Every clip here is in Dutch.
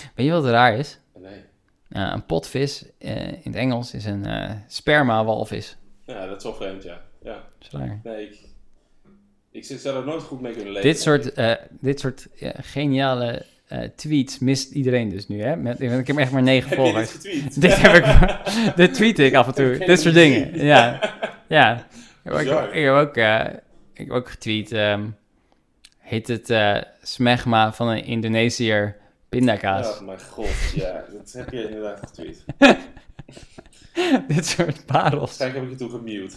Weet je wat raar is? Nee. Een potvis in het Engels is een sperma-walvis. Ja, dat is wel vreemd, ja. Dat is raar. Nee, ik zou er nooit goed mee kunnen leven. Dit soort geniale tweets mist iedereen dus nu, hè? Ik heb echt maar 9 volgers. Heb je dit getweet? Dit tweet ik af en toe. Dit soort dingen. Ja. Ik heb ook getweet. Heet het smegma van een Indonesiër pindakaas. Oh mijn god, ja. Dat heb je inderdaad getweet. Dit soort parels. Waarschijnlijk heb ik je toen gemute.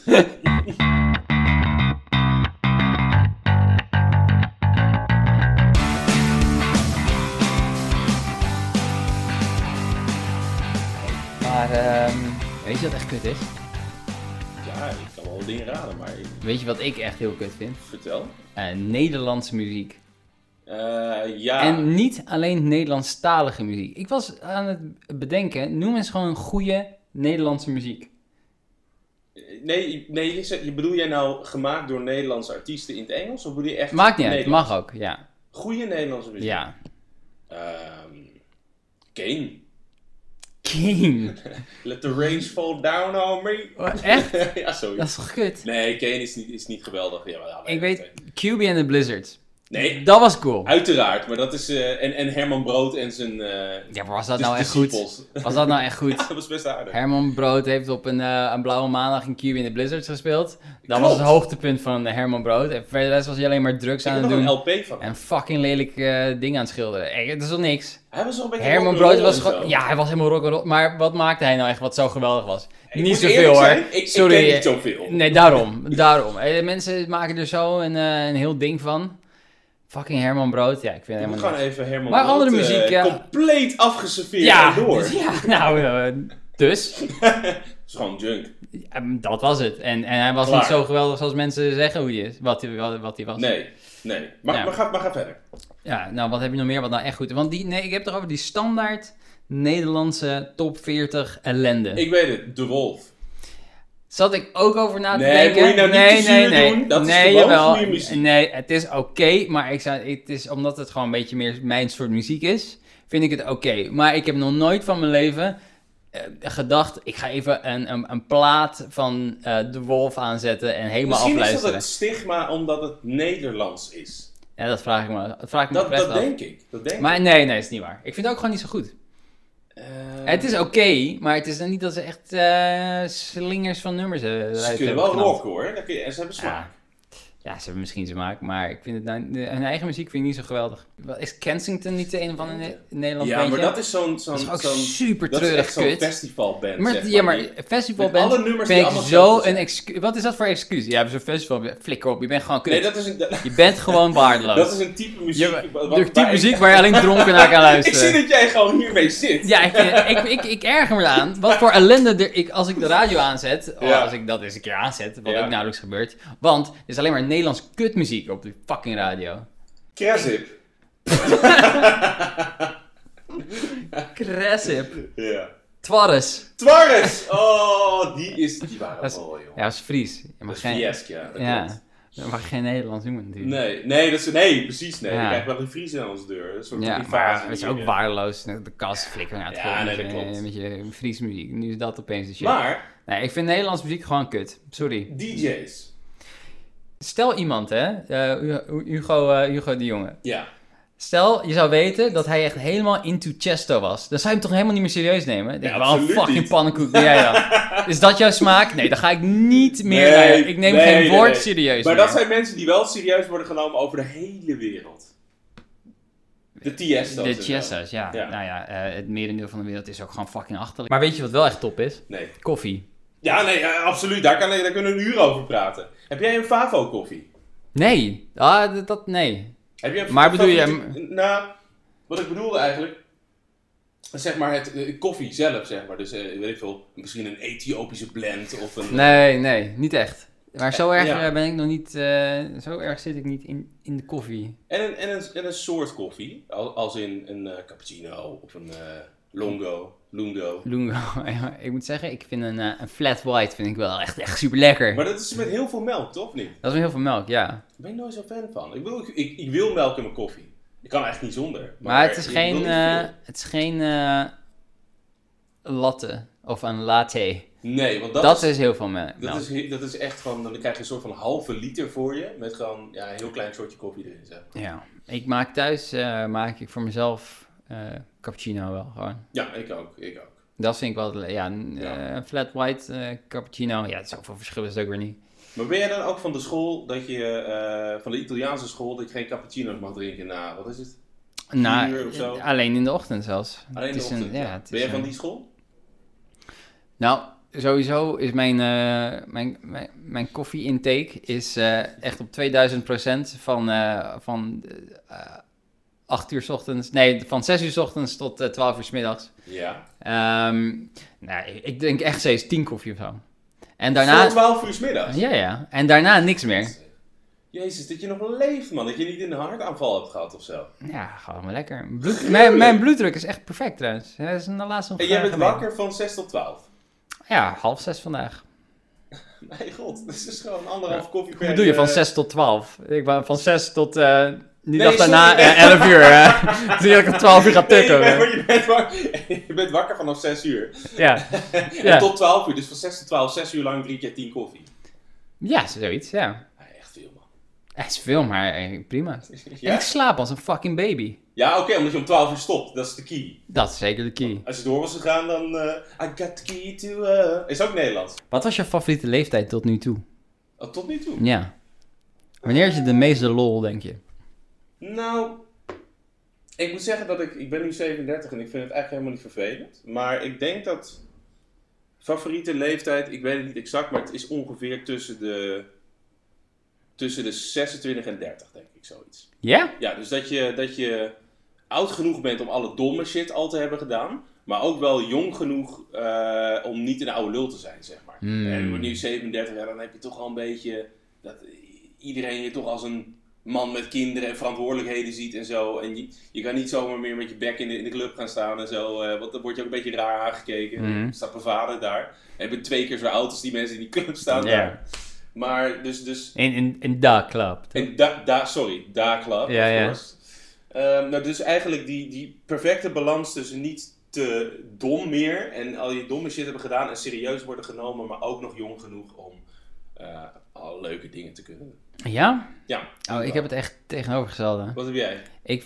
Maar weet je wat echt kut is? Ja, ik kan wel dingen raden, maar... Weet je wat ik echt heel kut vind? Vertel. Nederlandse muziek. Ja. En niet alleen Nederlandstalige muziek. Ik was aan het bedenken, noem eens gewoon een goede Nederlandse muziek. Nee, bedoel jij nou gemaakt door Nederlandse artiesten in het Engels? Of bedoel je echt Maakt niet uit, Nederlands? mag ook, ja. Goede Nederlandse muziek? Ja. Kane. Kane. Let the rain fall down on me. Echt? Ja, sorry. Dat is toch kut? Nee, Kane is niet geweldig. Ja, maar, Ik weet, QB and the Blizzards. Nee. Dat was cool. Uiteraard, maar dat is... en Herman Brood en zijn... Ja, maar was dat nou echt goed? Was dat nou echt goed? Dat was best aardig. Herman Brood heeft op een blauwe maandag in QB and the Blizzards gespeeld. Dat Klopt. was het hoogtepunt van Herman Brood. En verder was hij alleen maar drugs aan Ik het heb doen. nog een LP van hem. En fucking lelijk dingen aan het schilderen. Dat is toch niks? Hij was wel een beetje Herman rock'n'roll Brood was en gewoon... zo. Ja, hij was helemaal rock'n'roll. Maar wat maakte hij nou echt wat zo geweldig was? Ik Niet moet zoveel eerlijk hoor. zijn, ik ken niet zoveel. Nee, daarom. Mensen maken er zo een heel ding van. Fucking Herman Brood. Ja, ik vind We helemaal gaan niks. even Herman Maar Brood, andere muziek, ja. compleet afgeserveerd Ja, en door. ja, nou, dus. Het is gewoon junk. Dat was het. En hij was Klaar. niet zo geweldig zoals mensen zeggen hoe hij is. Wat hij was. Nee. Maar Ja. ga verder. Ja, nou, wat heb je nog meer wat nou echt goed is? Want ik heb toch over die standaard Nederlandse top 40 ellende. Ik weet het, De Wolf. Zat ik ook over na te Nee, denken. moet je nou niet te zuur doen? Dat is gewoon jawel. goede muziek. Nee, het is oké, maar het is omdat het gewoon een beetje meer mijn soort muziek is, vind ik het oké. Maar ik heb nog nooit van mijn leven gedacht, ik ga even een plaat van De Wolf aanzetten en helemaal Misschien is dat afluisteren. het stigma omdat het Nederlands is. Ja, dat vraag ik me oprecht Dat af. denk ik. Maar nee, is niet waar. Ik vind het ook gewoon niet zo goed. Het is oké, maar het is dan niet dat ze echt slingers van nummers eruit Ze hebben kunnen wel geknapt. rocken hoor. En ze hebben smaak. Ja, ze hebben misschien smaak, maar ik vind het hun eigen muziek vind ik niet zo geweldig. Is Kensington niet de een of andere Nederlands Ja, bandje? maar dat is zo'n Dat is ook super dat is treurig echt zo'n kut. festivalband, Maar, zeg ja, maar Met festivalband alle nummers die vind ik allemaal zo hetzelfde een zijn. excuus. Wat is dat voor excuus? Ja, zo'n festival, flikker op, je bent gewoon kut. Nee, dat is een... Je bent gewoon waardeloos. Dat is een type muziek... De type muziek waar je alleen dronken naar kan Ik luisteren. zie dat jij gewoon hiermee zit. Ja, ik erger me aan. Wat voor ellende als ik de radio aanzet. Of Ja. als ik dat eens een keer aanzet. Wat Ja. ook nauwelijks gebeurt. Want er is alleen maar Nederlands kutmuziek op die fucking radio. Krasip. Cressip. Ja. Twarres. Twarres! Oh, die waren Dat is- mooi, joh. Ja, dat is Fries. Je Dat mag is geen... Fiesk, ja. Dat Ja. klopt. Dan mag je geen Nederlands noemen natuurlijk. Nee, precies. Nee, Ja. we krijgen wel een Fries aan onze deur. Een soort Ja, invasie maar het is hier, ook ja. waardeloos. De kast flikkeren uit Ja, nee, dat met, klopt. met je Fries muziek. Nu is dat opeens de shit. Maar, Nee, ik vind Nederlands muziek gewoon kut. Sorry. DJ's. Stel iemand, hè. Hugo de Jonge. Ja. Stel, je zou weten dat hij echt helemaal into Chesto was. Dan zou je hem toch helemaal niet meer serieus nemen? Denk Ja, ik, wel een absoluut fucking niet. pannenkoek ben jij dan? Is dat jouw smaak? Nee, dan ga ik niet meer naar je. Ik neem geen woord serieus Maar meer. dat zijn mensen die wel serieus worden genomen over de hele wereld. De Tiesto's. De en zo. Chestas, ja. Ja. Nou ja, het merendeel van de wereld is ook gewoon fucking achterlijk. Maar weet je wat wel echt top is? Nee. Koffie. Ja, nee, absoluut. Daar kunnen we een uur over praten. Heb jij een Favo koffie? Nee. Nee. Heb je een Maar bedoel je- favoriete- Nou, wat ik bedoelde eigenlijk... Zeg maar het koffie zelf, zeg maar. Dus weet ik veel, misschien een Ethiopische blend of een... Nee, niet echt. Maar zo erg Ja. ben ik nog niet... zo erg zit ik niet in de koffie. En een soort koffie. Als in een cappuccino of een lungo. Lungo. Ik moet zeggen, ik vind een flat white vind ik wel echt super lekker. Maar dat is met heel veel melk, toch? Of niet? Dat is wel heel veel melk, ja. Daar ben ik nooit zo fan van. Ik wil melk in mijn koffie. Je kan eigenlijk niet zonder. Maar het is je wil geen, niet veel. het is geen latte of een latte. Nee, want Dat is heel veel melk. dat is echt gewoon... Dan krijg je een soort van halve liter voor je. Met gewoon een heel klein shotje koffie erin. Zeg. Ja, ik maak thuis maak ik voor mezelf cappuccino wel gewoon. Ja, ik ook. Dat vind ik wel, een flat white cappuccino. Ja, zoveel verschil is het ook weer niet. Maar ben jij dan ook van de school dat je... van de Italiaanse school dat je geen cappuccino's mag drinken na... Wat is het? 4 uur of zo? Alleen in de ochtend zelfs. Alleen in de ochtend, Ben jij van die school? Nou, sowieso is mijn koffie-intake is echt op 2000% van 8 uur 's ochtends. Nee, van 6 uur 's ochtends tot 12 uur 's middags. Ja. Ik denk echt steeds 10 koffie of zo. En daarna... Voor 12 uur 's middags? Ja. En daarna niks meer. Jezus, dat je nog leeft, man. Dat je niet een hartaanval hebt gehad of zo. Ja, gewoon maar lekker. Mijn bloeddruk is echt perfect trouwens. Dat is de laatste En jij bent wakker van 6 tot 12? Ja, 5:30 vandaag. Mijn god, dat is gewoon 1,5 koffie per... Hoe bedoel je, van 6 tot 12? Ik ben van 6 tot... die Nee, dag sorry. daarna 11 uur. Zie je dat ik om 12 uur ga tukken. Je bent wakker vanaf 6 uur. Ja. En tot 12 uur, dus van 6 tot 12, 6 uur lang drink je 10 koffie. Ja, zoiets, ja. Echt veel, man. Het is veel, maar prima. En Ja? ik slaap als een fucking baby. Ja, oké, omdat je om 12 uur stopt. Dat is de key. Dat is zeker de key. Als je door was gegaan, dan... I got the key to... Is ook Nederlands. Wat was je favoriete leeftijd tot nu toe? Oh, tot nu toe. Ja. Wanneer is je de meeste lol, denk je? Nou, ik moet zeggen dat ik ben nu 37 en ik vind het eigenlijk helemaal niet vervelend. Maar ik denk dat favoriete leeftijd, ik weet het niet exact, maar het is ongeveer tussen de 26 en 30, denk ik, zoiets. Ja? Ja, dus dat je oud genoeg bent om alle domme shit al te hebben gedaan, maar ook wel jong genoeg om niet een oude lul te zijn, zeg maar. En word nu 37, dan heb je toch al een beetje dat iedereen je toch als een man met kinderen en verantwoordelijkheden ziet en zo. En je kan niet zomaar meer met je bek in de club gaan staan en zo. Want dan word je ook een beetje raar aangekeken. Staat mijn vader daar. En ik ben 2 keer zo oud als die mensen in die club staan daar. Maar dus... In da club. Da club, ja. of course. Nou, dus eigenlijk die perfecte balans tussen niet te dom meer en al die domme shit hebben gedaan en serieus worden genomen, maar ook nog jong genoeg om al leuke dingen te kunnen doen. Ja? Ja. Oh, ik heb het echt tegenovergestelde. Wat heb jij?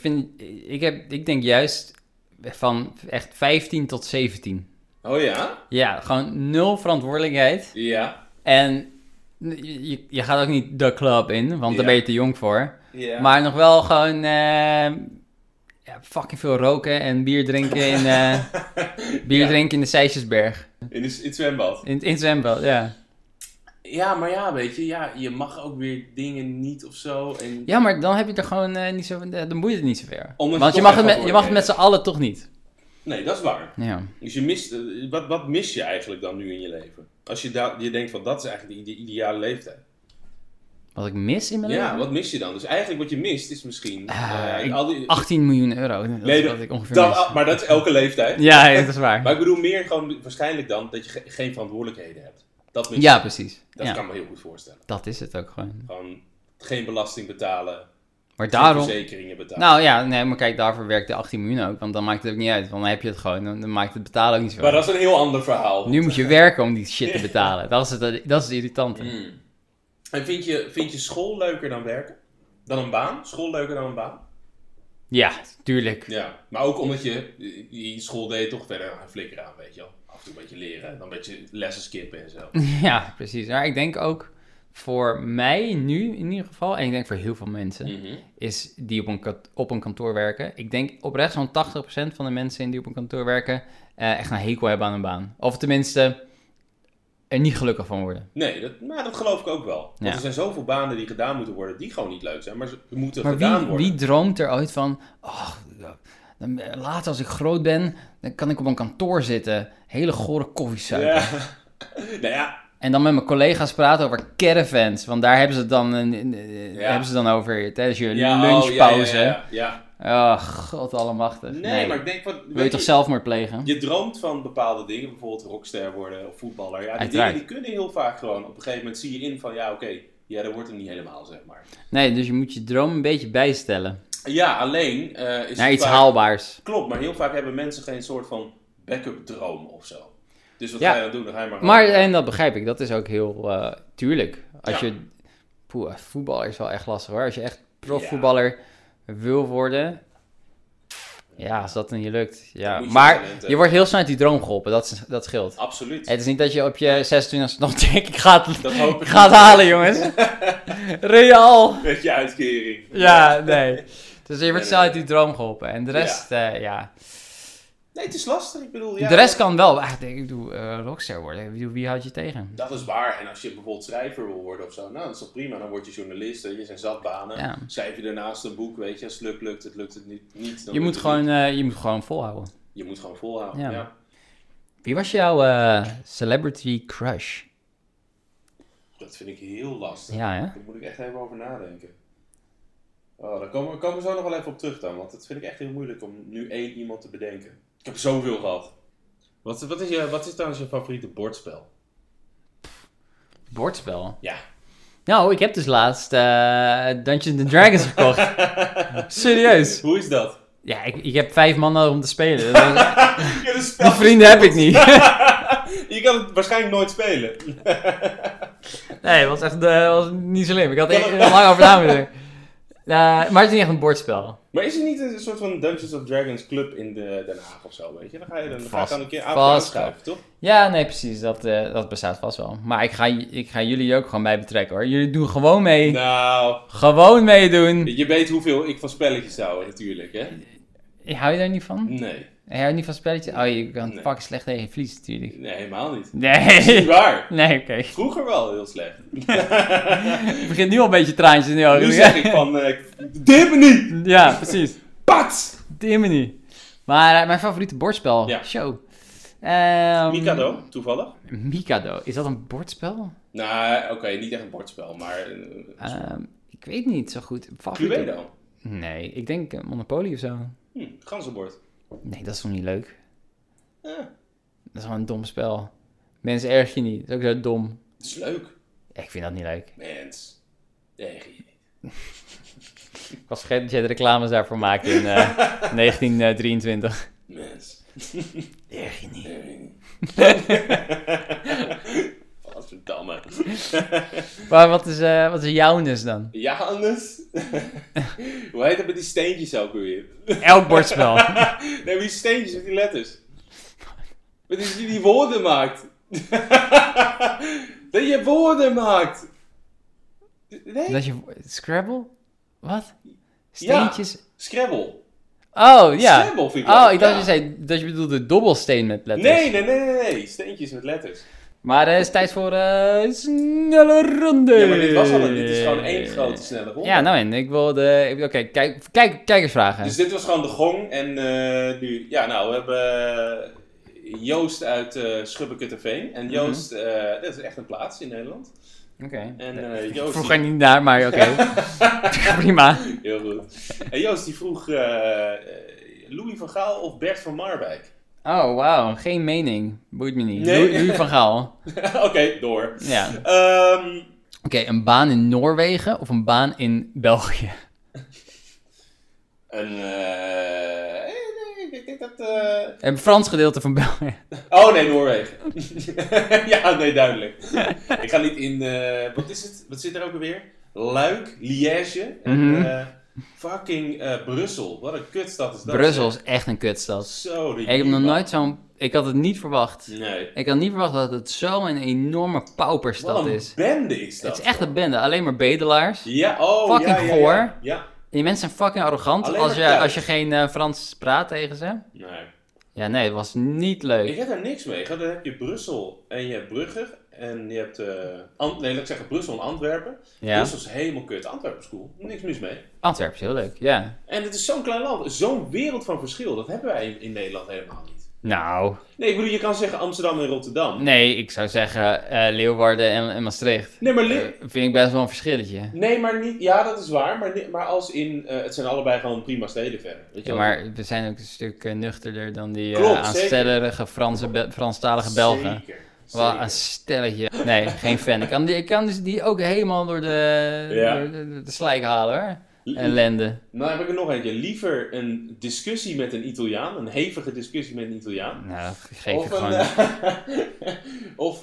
Ik denk juist van echt 15 tot 17. Oh ja? Ja, gewoon 0 verantwoordelijkheid. Ja. En je gaat ook niet de club in, want daar ben je te jong voor. Ja. Maar nog wel gewoon fucking veel roken en bier drinken drinken in de Sijsjesberg. In het zwembad. In het zwembad, ja. Ja, maar ja, weet je, je mag ook weer dingen niet of zo. En... Ja, maar dan heb je er gewoon niet zo... Dan boeit het niet zoveel. Omdat Want je mag het met z'n allen toch niet. Nee, dat is waar. Ja. Dus je mist... Wat mis je eigenlijk dan nu in je leven? Als je denkt van, dat is eigenlijk de ideale leeftijd. Wat ik mis in mijn leven? Ja, wat mis je dan? Dus eigenlijk wat je mist is misschien... 18 miljoen euro. Dat is wat ik ongeveer mis. Maar dat is elke leeftijd. Ja, dat is waar. Maar ik bedoel meer gewoon waarschijnlijk dan dat je geen verantwoordelijkheden hebt. Dat mis je. Ja, precies. Dat kan me heel goed voorstellen. Dat is het ook gewoon. Gewoon geen belasting betalen. Maar daarom... Geen verzekeringen betalen. Nou ja, nee, maar kijk, daarvoor werkt de 18 miljoen ook. Want dan maakt het ook niet uit. Want dan heb je het gewoon. Dan maakt het betalen ook niet zo. Maar dat is een heel ander verhaal. Nu moet je werken om die shit te betalen. Dat is het irritante. En vind je school leuker dan werken? Dan een baan? School leuker dan een baan? Ja, tuurlijk. Ja, maar ook omdat je school deed toch verder een flikker aan, weet je wel. Af en toe een beetje leren, dan een beetje lessen skippen en zo. Ja, precies. Maar ik denk ook voor mij nu in ieder geval, en ik denk voor heel veel mensen, is die op een kantoor werken. Ik denk oprecht zo'n 80% van de mensen die op een kantoor werken echt een hekel hebben aan een baan. Of tenminste er niet gelukkig van worden. Nee, dat geloof ik ook wel. Want er zijn zoveel banen die gedaan moeten worden, die gewoon niet leuk zijn, maar ze moeten gedaan worden. Wie droomt er ooit van, later als ik groot ben, dan kan ik op een kantoor zitten, hele gore koffies zuipen. Ja. Nou ja. En dan met mijn collega's praten over caravans, want daar hebben ze het dan over tijdens je lunchpauze. Ja. Oh, god allemachtig. Nee, maar ik denk... Wil je toch zelfmoord plegen? Je droomt van bepaalde dingen, bijvoorbeeld rockster worden of voetballer. Ja, die Uiteraard. dingen die kunnen heel vaak gewoon. Op een gegeven moment zie je in van, dat wordt hem niet helemaal, zeg maar. Nee, dus je moet je droom een beetje bijstellen. Ja, alleen is Naar het iets vaak... haalbaars. Klopt, maar heel vaak hebben mensen geen soort van backup droom of zo. Dus wat Ja. ga je dan doen? Dan ga je maar... Maar, en dat begrijp ik, dat is ook heel tuurlijk. Als Ja. je... voetballer is wel echt lastig hoor. Als je echt profvoetballer wil worden... Ja, als dat dan niet lukt. Ja. moet je Maar talent hebben. je wordt heel snel uit die droom geholpen, dat scheelt. Absoluut. Het is niet dat je op je 26 nog denkt, ik ga het, Dat hoop ik ik ga het niet. halen jongens. Real. Met je uitkering. Ja, nee. Dus je wordt Nee, snel nee. uit die droom geholpen. En de rest, ja. Nee, het is lastig. Ik bedoel, ja, De rest kan wel. Ik bedoel, rockster worden. Ik bedoel, wie houd je tegen? Dat is waar. En als je bijvoorbeeld schrijver wil worden of zo, nou, dat is toch prima. Dan word je journalist. Je zijn zat banen. Ja. Schrijf je daarnaast een boek, weet je. Als het lukt het niet. Dan Je moet, lukt het niet. je moet gewoon volhouden. Je moet gewoon volhouden, Ja. ja. Wie was jouw celebrity crush? Dat vind ik heel lastig. Ja, hè? Daar moet ik echt even over nadenken. Oh, daar komen we zo nog wel even op terug dan. Want dat vind ik echt heel moeilijk om nu één iemand te bedenken. Ik heb zoveel gehad. Wat is trouwens je favoriete bordspel? Bordspel? Ja. Nou, ik heb dus laatst Dungeons and Dragons gekocht. Serieus? Hoe is dat? Ja, ik heb 5 man nodig om te spelen. Ja, een spel. Die vrienden heb ik niet. Je kan het waarschijnlijk nooit spelen. Nee, het was echt was niet slim. Ik had er lang over na moeten denken. Maar het is niet echt een bordspel. Maar is er niet een soort van Dungeons of Dragons club in Den Haag of zo, weet je? Dan ga je Vast. dan een keer Vast. aanschuiven, toch? Ja, nee, precies. Dat bestaat vast wel. Maar ik ga jullie ook gewoon bij betrekken, hoor. Jullie doen gewoon mee. Nou, Gewoon meedoen. je weet hoeveel ik van spelletjes hou, natuurlijk, hè? Hou je daar niet van? Nee, Je houdt niet van spelletjes? Oh, je kan Nee. fucking slecht tegen je verlies, natuurlijk. nee, helemaal niet. Dat is niet Nee. waar. Nee, oké. Vroeger wel heel slecht. Het begint nu al een beetje traantjes in je ogen. Nu zeg ik van, dit me niet! Ja, precies. Pat! Dimmen niet. Maar mijn favoriete bordspel? Ja. Show. Mikado, toevallig? Mikado. Is dat een bordspel? Nou, oké, niet echt een bordspel, maar... Ik weet niet zo goed. Favoriete- Cluedo. Nee, ik denk Monopoly of zo. Ganzenbord. Nee, dat is toch niet leuk? Ja, Dat is gewoon een dom spel. Mensen erg je niet. Dat is ook zo dom. het is leuk. Ik vind dat niet leuk. Mens. Nee, Ik was vergeten dat jij de reclames daarvoor maakte in 1923. mens. Erg je niet. Godverdamme. Maar wat is jouwness dan? Ja, Hannes. Hoe heet dat met die steentjes ook weer? Elk bordspel. Nee, maar die steentjes met die letters. Met die woorden maakt. Dat je woorden maakt. Nee? Dat je... Scrabble? Wat? Steentjes? Scrabble. Oh, ja. Scrabble vind ik leuk. Oh, ik dacht Ja. je zei dat je bedoelde dobbelsteen met letters. Nee. Steentjes met letters. Maar het is tijd voor snelle ronde. Ja, maar dit was al dit is gewoon één grote snelle ronde. Ja, nou en ik wilde... Oké, kijkersvragen. Dus dit was gewoon de gong en nu... Ja, nou, we hebben Joost uit Schubbekutteveen. En Joost, dat is echt een plaats in Nederland. Oké. En Joost... Vroeg er niet naar, maar oké. Prima. Heel goed. En Joost die vroeg Louis van Gaal of Bert van Marwijk. Oh, wauw. Geen mening. Boeit me niet. Nee. Louis van Gaal. Oké, door. Ja. Ehm, Oké, een baan in Noorwegen of een baan in België? ik denk dat... Een Frans gedeelte van België. Oh nee, Noorwegen. Ja, nee, duidelijk. Ik ga niet in... wat is het? Wat zit er ook alweer? Luik, Liège en fucking Brussel. Wat een kutstad is dat. Brussel zeg. is echt een kutstad. Zo, de Ik heb nog Jeba. nooit zo'n... Ik had het niet verwacht. Nee. Ik had niet verwacht dat het zo'n enorme pauperstad Wat een is. bende is dat. Het is echt een bende. Alleen maar bedelaars. Ja, oh Fucking ja, goor. ja. Ja. En die mensen zijn fucking arrogant Alleen als maar je, thuis. als je geen Frans praat tegen ze. Nee. Ja, nee, het was niet leuk. Ik heb daar niks mee. Dan heb je Brussel en je hebt Brugge. En je hebt, laat ik zeggen Brussel en Antwerpen. Ja. Brussel is helemaal kut. Antwerpen is cool. Niks mis mee. Antwerpen is heel leuk, ja. En het is zo'n klein land. Zo'n wereld van verschil. Dat hebben wij in Nederland helemaal niet. Nou, Nee, ik bedoel, je kan zeggen Amsterdam en Rotterdam. nee, ik zou zeggen Leeuwarden en Maastricht. Nee, maar, Vind ik best wel een verschilletje. nee, maar niet... Ja, dat is waar. Maar als in... het zijn allebei gewoon prima steden verder. Weet je Ja, wel? maar we zijn ook een stuk nuchterder dan die Klopt, aanstellerige Franstalige Belgen. Zeker. Wat Zeker. een stelletje. Nee, geen fan. Ik kan dus die ook helemaal door de, Ja. door de slijk halen hoor. ellende. Nou heb ik er nog eentje. Liever een discussie met een Italiaan. Een hevige discussie met een Italiaan. Nou, dat geef ik gewoon... Of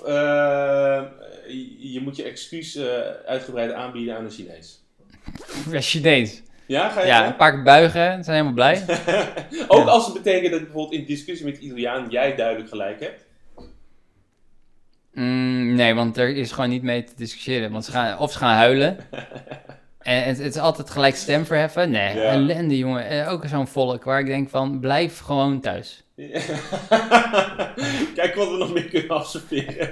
je moet je excuus uitgebreid aanbieden aan een Chinees. Ja, Chinees. Ja, ga je Ja, een paar keer buigen, zijn helemaal blij. Ook als het betekent dat bijvoorbeeld in discussie met de Italiaan jij duidelijk gelijk hebt. Nee, want er is gewoon niet mee te discussiëren. Want ze gaan huilen. En het is altijd gelijk stem verheffen. Nee, Ja. ellende, jongen. Ook zo'n volk waar ik denk van, blijf gewoon thuis. Kijk wat we nog meer kunnen afserveren.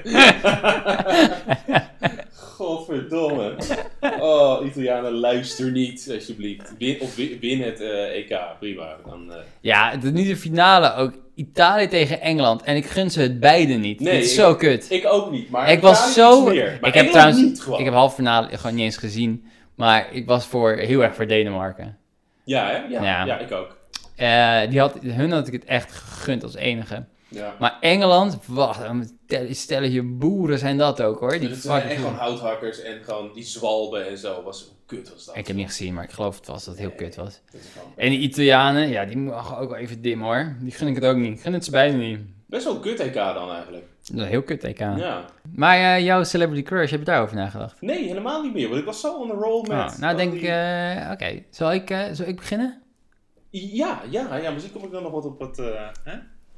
Godverdomme. Oh, Italianen, luister niet, alsjeblieft. Win het EK, prima. Dan, Ja, niet de finale ook. Italië tegen Engeland. En ik gun ze het beide niet. Nee, Dit is zo kut. Ik ook niet, maar Ik was Italië zo... iets meer. Maar Ik heb Engeland trouwens... niet gewoon. Ik heb halve finale gewoon niet eens gezien. Maar ik was heel erg voor Denemarken. Ja, hè? Ja, Ja. ik ook. Hun had ik het echt gegund als enige. Ja. Maar Engeland, wat een stelletje boeren zijn dat ook hoor. Die Dus het zijn echt fucking- gewoon houthakkers en gewoon die zwalben en zo. Hoe kut was dat? Ik heb niet gezien, maar ik geloof het was dat het heel kut was. Dat is gewoon En die Italianen, ja, die mogen ook wel even dim hoor. Die gun ik het ook niet. Ik gun het ze beiden niet. best wel een kut EK dan eigenlijk. Dat is een heel kut EK. Ja. Maar jouw celebrity crush, heb je daarover nagedacht? Nee, helemaal niet meer. Want ik was zo on the roll met... Oh, nou denk ik, oké. Zal ik beginnen? Ja, misschien kom ik dan nog wat op het... hè?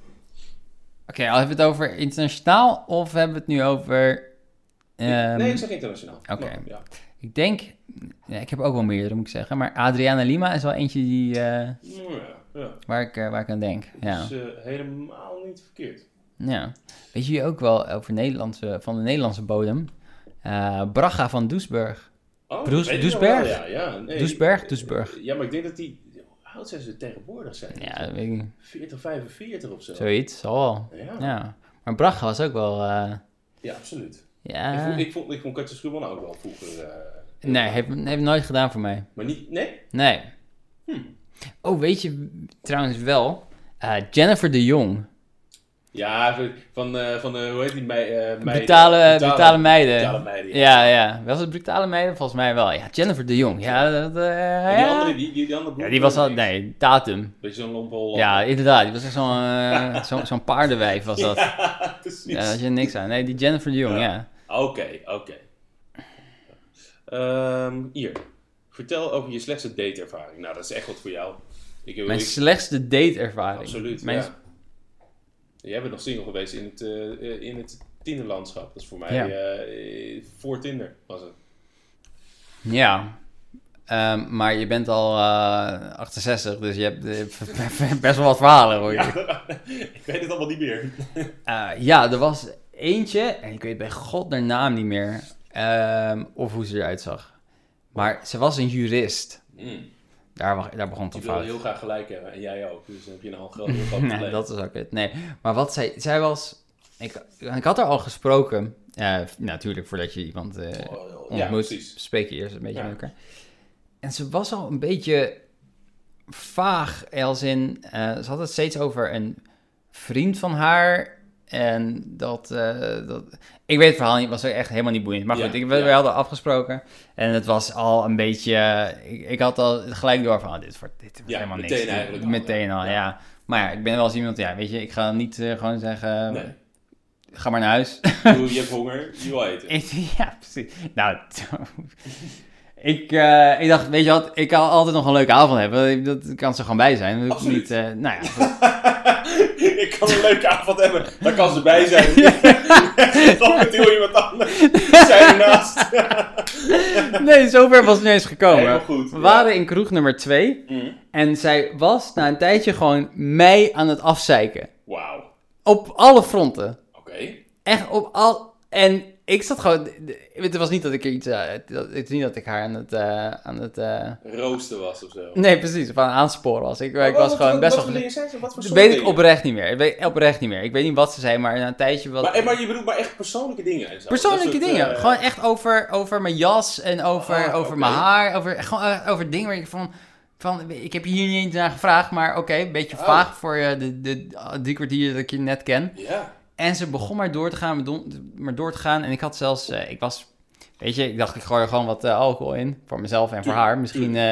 Oké, al hebben we het over internationaal of hebben we het nu over... Nee, ik zeg internationaal. Oké. Maar, ja. Ik denk, ja, ik heb ook wel meerdere moet ik zeggen, maar Adriana Lima is wel eentje die, Ja. waar ik aan denk. Ja. Dat is helemaal niet verkeerd. Ja. Weet je wie ook wel over van de Nederlandse bodem? Braga van Doesburg. Oh, Does- weet ik Doesberg? nog wel, ja. Nee, Doesburg. Ja, maar ik denk dat die... Hoe oud zijn ze tegenwoordig zijn? Ja, dat weet ik niet. 40, 45 of zo. Zoiets, zal wel. Ja. Ja. Maar Braga was ook wel, Ja, absoluut. ja... Ik vond Katja Schuurman ook wel vroeger... Nee, heeft nooit gedaan voor mij. Maar niet... Nee? Nee. Oh, weet je trouwens wel? Jennifer de Jong. Ja, van hoe heet die meiden? Brutale meiden. Brutale meiden, ja. Ja. Was het brutale meiden? Volgens mij wel. Ja, Jennifer de Jong. Ja, dat... En die andere, die andere Ja, die was al... Nee, Tatum. Beetje zo'n lompe Hollander. Ja, inderdaad. Die was echt zo'n paardenwijf was dat. Ja, precies. Ja, daar had je niks aan. Nee, die Jennifer de Jong, ja. Oké. Hier. Vertel over je slechtste dateervaring. Nou, dat is echt wat voor jou. Mijn slechtste dateervaring. Absoluut, Mijn... ja. Jij bent nog single geweest in het Tinderlandschap. Dat is voor mij voor Tinder was het. Ja. Maar je bent al 68, dus je hebt best wel wat verhalen, hoor je. Ja, ik weet het allemaal niet meer. Ja, er was eentje, en ik weet bij god haar naam niet meer, of hoe ze eruit zag. Maar ze was een jurist. Daar begon het Die op wil fout. heel graag gelijk hebben. En jij ook. Dus dan heb je een heel groot probleem. Nee, dat is ook het. Nee, maar wat zij was... Ik had haar al gesproken. Natuurlijk, voordat je iemand ontmoet, precies. spreek je eerst een beetje Ja. met elkaar. En ze was al een beetje vaag, als in... ze had het steeds over een vriend van haar. En dat ik weet het verhaal niet, was echt helemaal niet boeiend. Maar goed, we hadden afgesproken. En het was al een beetje... Ik had al gelijk door van, dit wordt helemaal niks. Meteen eigenlijk. Meteen al, ja. Maar ja, ik ben wel eens iemand, ja, weet je, ik ga niet gewoon zeggen... Nee. Ga maar naar huis. Je hebt honger, je wil eten. Ja, precies. Nou, ik dacht, weet je wat, ik kan altijd nog een leuke avond hebben. Dat kan ze gewoon bij zijn. Dat Absoluut. niet, nou ja, Ik kan een leuke avond hebben, daar kan ze bij zijn. Dan met heel iemand anders. Zijn ernaast. nee, zover was het niet eens gekomen. Helemaal goed, We ja. waren in kroeg nummer 2. En zij was na een tijdje gewoon mij aan het afzeiken. Wauw. Op alle fronten. Oké. Echt op al... En ik zat gewoon... Het was niet dat ik er iets... Het is niet dat ik haar aan het Rooster was of zo. nee, precies. Of aan het aansporen was. Ik was gewoon best wel... Wat voor dingen zijn ze? Wat voor Dat soort weet ik dingen? oprecht niet meer. Ik weet niet wat ze zei, maar na een tijdje... Maar je bedoelt maar echt persoonlijke dingen en zo? Persoonlijke Dat soort, dingen. Gewoon echt over mijn jas en over oké. mijn haar. Over dingen waar ik van... Ik heb je hier niet eens naar gevraagd, maar oké, een beetje vaag voor de 3 kwartier dat ik je net ken. Ja. En ze begon maar door te gaan. En ik had zelfs... Weet je, ik dacht, ik gooi er gewoon wat alcohol in. Voor mezelf en voor haar. Misschien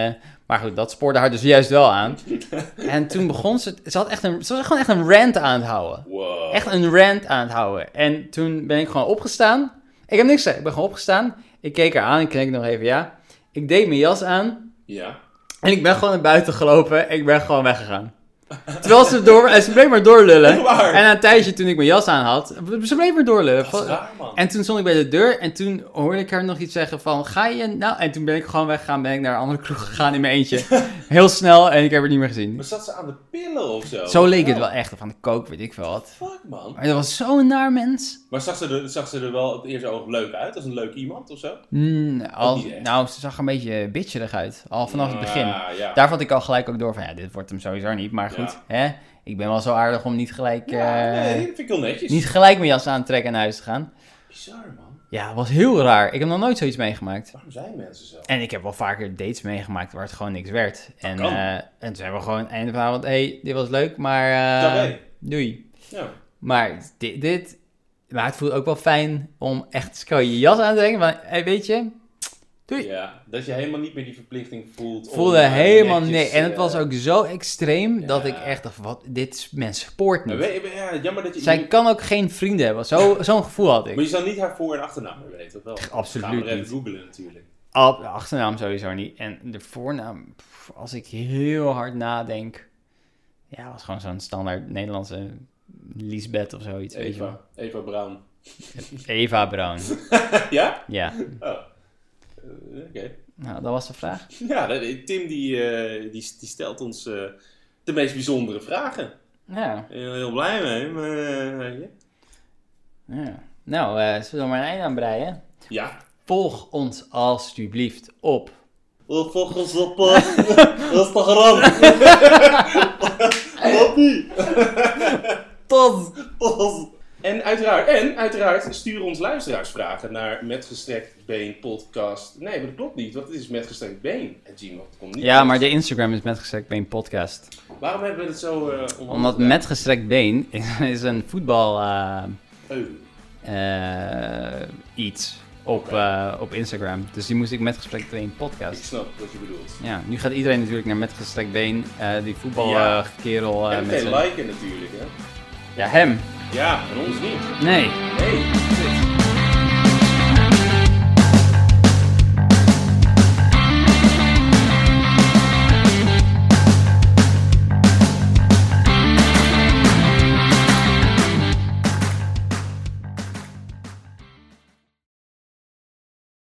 Maar goed, dat spoorde haar dus juist wel aan. En toen begon ze was gewoon echt een rant aan het houden. Wow. Echt een rant aan het houden. En toen ben ik gewoon opgestaan. Ik heb niks gezegd, ik ben gewoon opgestaan. Ik keek haar aan, ik keek nog even, ja. Ik deed mijn jas aan. Ja. En ik ben gewoon naar buiten gelopen. Ik ben gewoon weggegaan. Terwijl ze bleef maar doorlullen. En na een tijdje toen ik mijn jas aan had, ze bleef maar doorlullen. Dat is raar, man. En toen stond ik bij de deur en toen hoorde ik haar nog iets zeggen van, ga je nou? En toen ben ik gewoon weggegaan, ben ik naar een andere kroeg gegaan in mijn eentje. Heel snel en ik heb haar niet meer gezien. Maar zat ze aan de pillen of zo? Zo leek het wel echt, of aan de kook, weet ik veel wat. Fuck, man. Maar dat was zo'n naar mens. Maar zag ze er wel op het eerste oog leuk uit? Als een leuk iemand of zo? Nou, ze zag er een beetje bitcherig uit, al vanaf het begin. Ja. Daar vond ik al gelijk ook door van, ja, dit wordt hem sowieso niet. Maar goed, hè? Ik ben wel zo aardig om niet gelijk... nee, dat vind ik heel netjes. Niet gelijk mijn jas aan te trekken en naar huis te gaan. Bizar, man. Ja, het was heel raar. Ik heb nog nooit zoiets meegemaakt. Waarom zijn mensen zo? En ik heb wel vaker dates meegemaakt waar het gewoon niks werd. En kan. toen hebben we gewoon einde van de avond, hey, dit was leuk, maar doei. Ja. Maar maar het voelt ook wel fijn om echt je jas aan te trekken. Van, hey, weet je, doei. Ja, dat je helemaal niet meer die verplichting voelt. Voelde helemaal nee. En het was ook zo extreem dat ik echt dacht, dit mens spoort niet. Jammer dat je... Zij kan ook geen vrienden hebben. Zo'n gevoel had ik. Maar je zou niet haar voor- en achternaam meer weten, of wel? Absoluut Gaan we even niet. googlen natuurlijk. De achternaam sowieso niet. En de voornaam, als ik heel hard nadenk... Ja, was gewoon zo'n standaard Nederlandse Liesbeth of zoiets, weet je wel. Eva Braun. Eva Braun. Ja? Ja. Oh. Oké. Nou, dat was de vraag. Ja, Tim die stelt ons de meest bijzondere vragen. Ja. Heel blij mee. Maar, Ja. Nou, zullen we maar een einde aan breien? ja. Volg ons alsjeblieft op... Volg ons op Instagram. Tot! En uiteraard stuur ons luisteraarsvragen naar metgestrektbeenpodcast. Nee, maar dat klopt niet, want het is metgestrektbeen@gmail.com. Ja, maar de Instagram is Metgestrekt Been Podcast. Waarom hebben we het zo Omdat Metgestrekt Been is een voetbal iets op Instagram. Dus die moest ik Metgestrekt Been Podcast. Ik snap wat je bedoelt. Ja, nu gaat iedereen natuurlijk naar Metgestrekt Been, die voetbalkerel. en meteen liken natuurlijk, hè? Ja, hem. Ja, en ons niet. Nee. Nee.